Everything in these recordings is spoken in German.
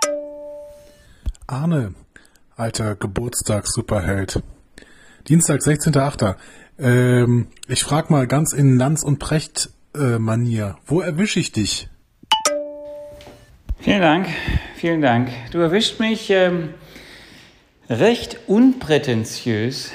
Arne, alter Geburtstags-Superheld. Dienstag, 16.8. Ich frag mal ganz in Lanz- und Precht-Manier. Wo erwische ich dich? Vielen Dank, vielen Dank. Du erwischt mich recht unprätentiös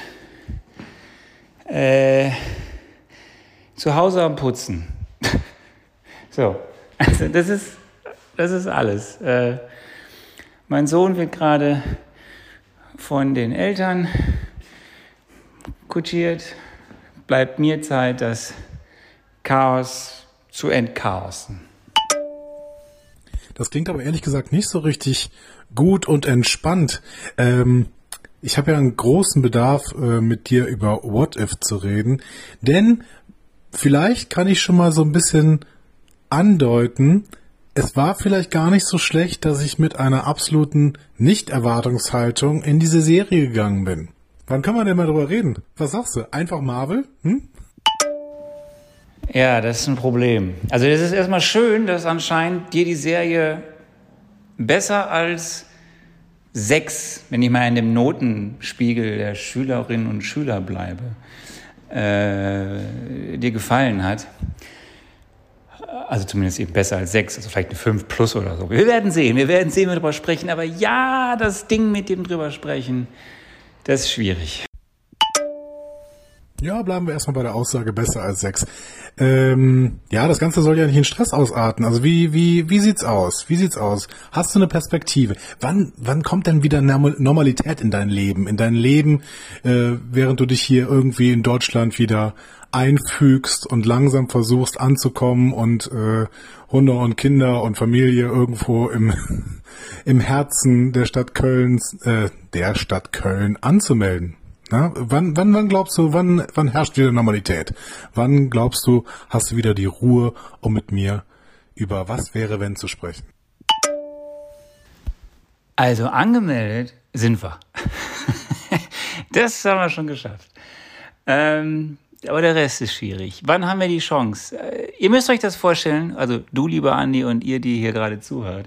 zu Hause am Putzen. So, also das ist alles. Mein Sohn wird gerade von den Eltern kutschiert. Bleibt mir Zeit, das Chaos zu entchaosen. Das klingt aber ehrlich gesagt nicht so richtig gut und entspannt. Ich habe ja einen großen Bedarf, mit dir über What If zu reden, denn vielleicht kann ich schon mal so ein bisschen andeuten, es war vielleicht gar nicht so schlecht, dass ich mit einer absoluten Nicht-Erwartungshaltung in diese Serie gegangen bin. Wann können wir denn mal drüber reden? Was sagst du? Einfach Marvel? Ja, das ist ein Problem. Also das ist erstmal schön, dass anscheinend dir die Serie besser als 6, wenn ich mal in dem Notenspiegel der Schülerinnen und Schüler bleibe, dir gefallen hat. Also zumindest eben besser als 6, also vielleicht eine 5 plus oder so. Wir werden sehen, wenn wir darüber sprechen. Aber ja, das Ding mit dem drüber sprechen, das ist schwierig. Ja, bleiben wir erstmal bei der Aussage besser als 6. Ja, das Ganze soll ja nicht in Stress ausarten. Also wie sieht's aus? Wie sieht's aus? Hast du eine Perspektive? Wann kommt denn wieder Normalität in dein Leben? Während du dich hier irgendwie in Deutschland wieder einfügst und langsam versuchst anzukommen und Hunde und Kinder und Familie irgendwo im Herzen der Stadt Köln anzumelden. Na, wann glaubst du, wann herrscht wieder Normalität? Wann glaubst du, hast du wieder die Ruhe, um mit mir über was wäre, wenn zu sprechen? Also angemeldet sind wir. Das haben wir schon geschafft. Aber der Rest ist schwierig. Wann haben wir die Chance? Ihr müsst euch das vorstellen, also du, lieber Andi, und ihr, die hier gerade zuhört.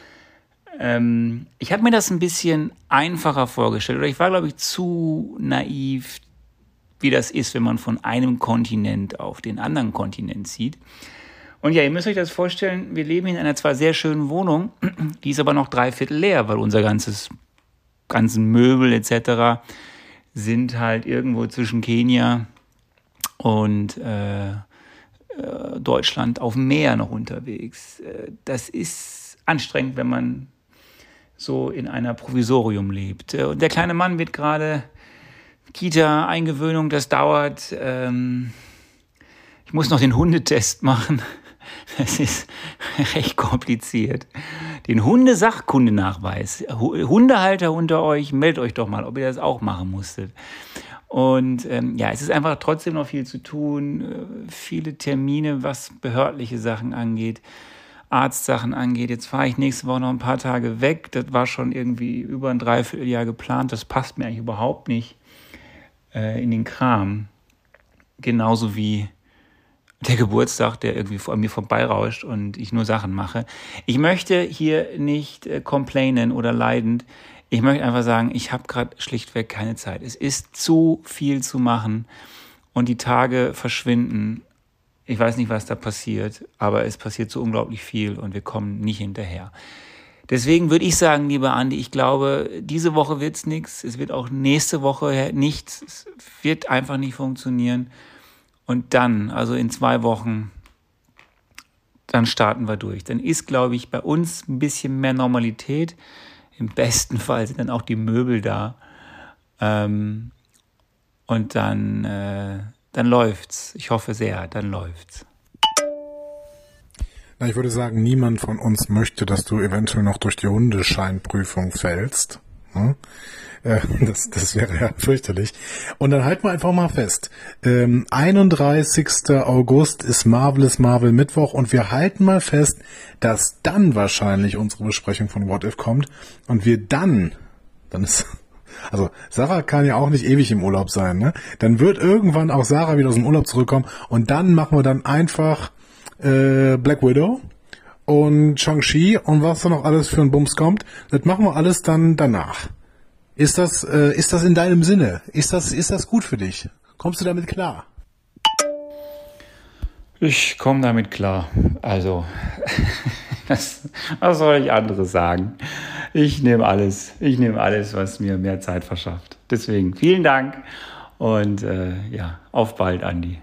Ich habe mir das ein bisschen einfacher vorgestellt. Oder ich war, glaube ich, zu naiv, wie das ist, wenn man von einem Kontinent auf den anderen Kontinent zieht. Und ja, ihr müsst euch das vorstellen, wir leben in einer zwar sehr schönen Wohnung, die ist aber noch 3/4 leer, weil unser ganzen Möbel etc. sind halt irgendwo zwischen Kenia und Deutschland auf dem Meer noch unterwegs. Das ist anstrengend, wenn man so in einer Provisorium lebt. Und der kleine Mann wird gerade Kita-Eingewöhnung, das dauert. Ich muss noch den Hundetest machen. Das ist recht kompliziert. Den Hundesachkundenachweis. Hundehalter unter euch, meldet euch doch mal, ob ihr das auch machen musstet. Und ja, es ist einfach trotzdem noch viel zu tun. Viele Termine, was behördliche Sachen angeht, Arztsachen angeht. Jetzt fahre ich nächste Woche noch ein paar Tage weg. Das war schon irgendwie über ein Dreivierteljahr geplant. Das passt mir eigentlich überhaupt nicht in den Kram. Genauso wie der Geburtstag, der irgendwie an mir vorbeirauscht und ich nur Sachen mache. Ich möchte hier nicht complainen oder leidend. Ich möchte einfach sagen, ich habe gerade schlichtweg keine Zeit. Es ist zu viel zu machen und die Tage verschwinden. Ich weiß nicht, was da passiert, aber es passiert so unglaublich viel und wir kommen nicht hinterher. Deswegen würde ich sagen, lieber Andi, ich glaube, diese Woche wird's nichts. Es wird auch nächste Woche nichts. Es wird einfach nicht funktionieren. Und dann, also in 2 Wochen, dann starten wir durch. Dann ist, glaube ich, bei uns ein bisschen mehr Normalität. Im besten Fall sind dann auch die Möbel da. Und dann läuft's. Ich hoffe sehr, dann läuft's. Na, ich würde sagen, niemand von uns möchte, dass du eventuell noch durch die Hundescheinprüfung fällst. Das wäre ja fürchterlich. Und dann halten wir einfach mal fest. 31. August ist Marvelous Marvel Mittwoch und wir halten mal fest, dass dann wahrscheinlich unsere Besprechung von What If kommt und wir dann ist, also Sarah kann ja auch nicht ewig im Urlaub sein, ne? Dann wird irgendwann auch Sarah wieder aus dem Urlaub zurückkommen und dann machen wir dann einfach Black Widow und Shang-Chi und was da noch alles für ein Bums kommt, das machen wir alles dann danach. Ist das in deinem Sinne? Ist das gut für dich? Kommst du damit klar? Ich komme damit klar. Also, was soll ich anderes sagen? Ich nehme alles, was mir mehr Zeit verschafft. Deswegen vielen Dank und auf bald, Andi.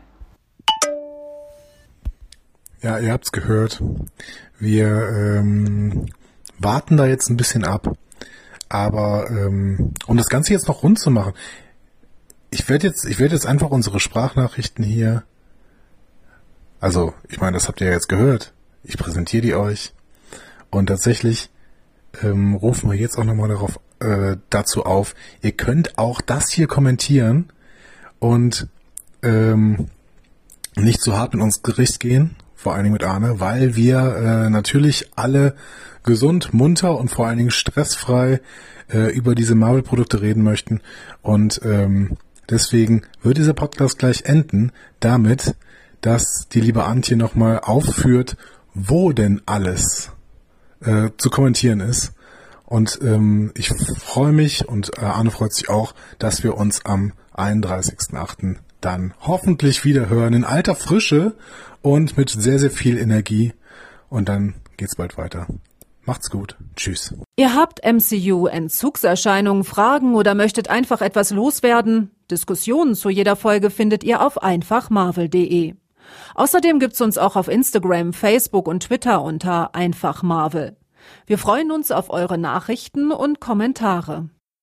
Ja, ihr habt's gehört. Wir warten da jetzt ein bisschen ab. Aber um das Ganze jetzt noch rund zu machen, ich werde jetzt einfach unsere Sprachnachrichten hier, also ich meine, das habt ihr ja jetzt gehört, ich präsentiere die euch und tatsächlich rufen wir jetzt auch nochmal dazu auf, ihr könnt auch das hier kommentieren und nicht zu hart mit uns Gericht gehen, vor allen Dingen mit Arne, weil wir natürlich alle gesund, munter und vor allen Dingen stressfrei über diese Marvel-Produkte reden möchten. Und deswegen wird dieser Podcast gleich enden damit, dass die liebe Antje nochmal aufführt, wo denn alles zu kommentieren ist. Und ich freue mich und Arne freut sich auch, dass wir uns am 31.08. dann hoffentlich wieder hören in alter Frische und mit sehr, sehr viel Energie. Und dann geht's bald weiter. Macht's gut. Tschüss. Ihr habt MCU-Entzugserscheinungen, Fragen oder möchtet einfach etwas loswerden? Diskussionen zu jeder Folge findet ihr auf einfachmarvel.de. Außerdem gibt's uns auch auf Instagram, Facebook und Twitter unter einfachmarvel. Wir freuen uns auf eure Nachrichten und Kommentare.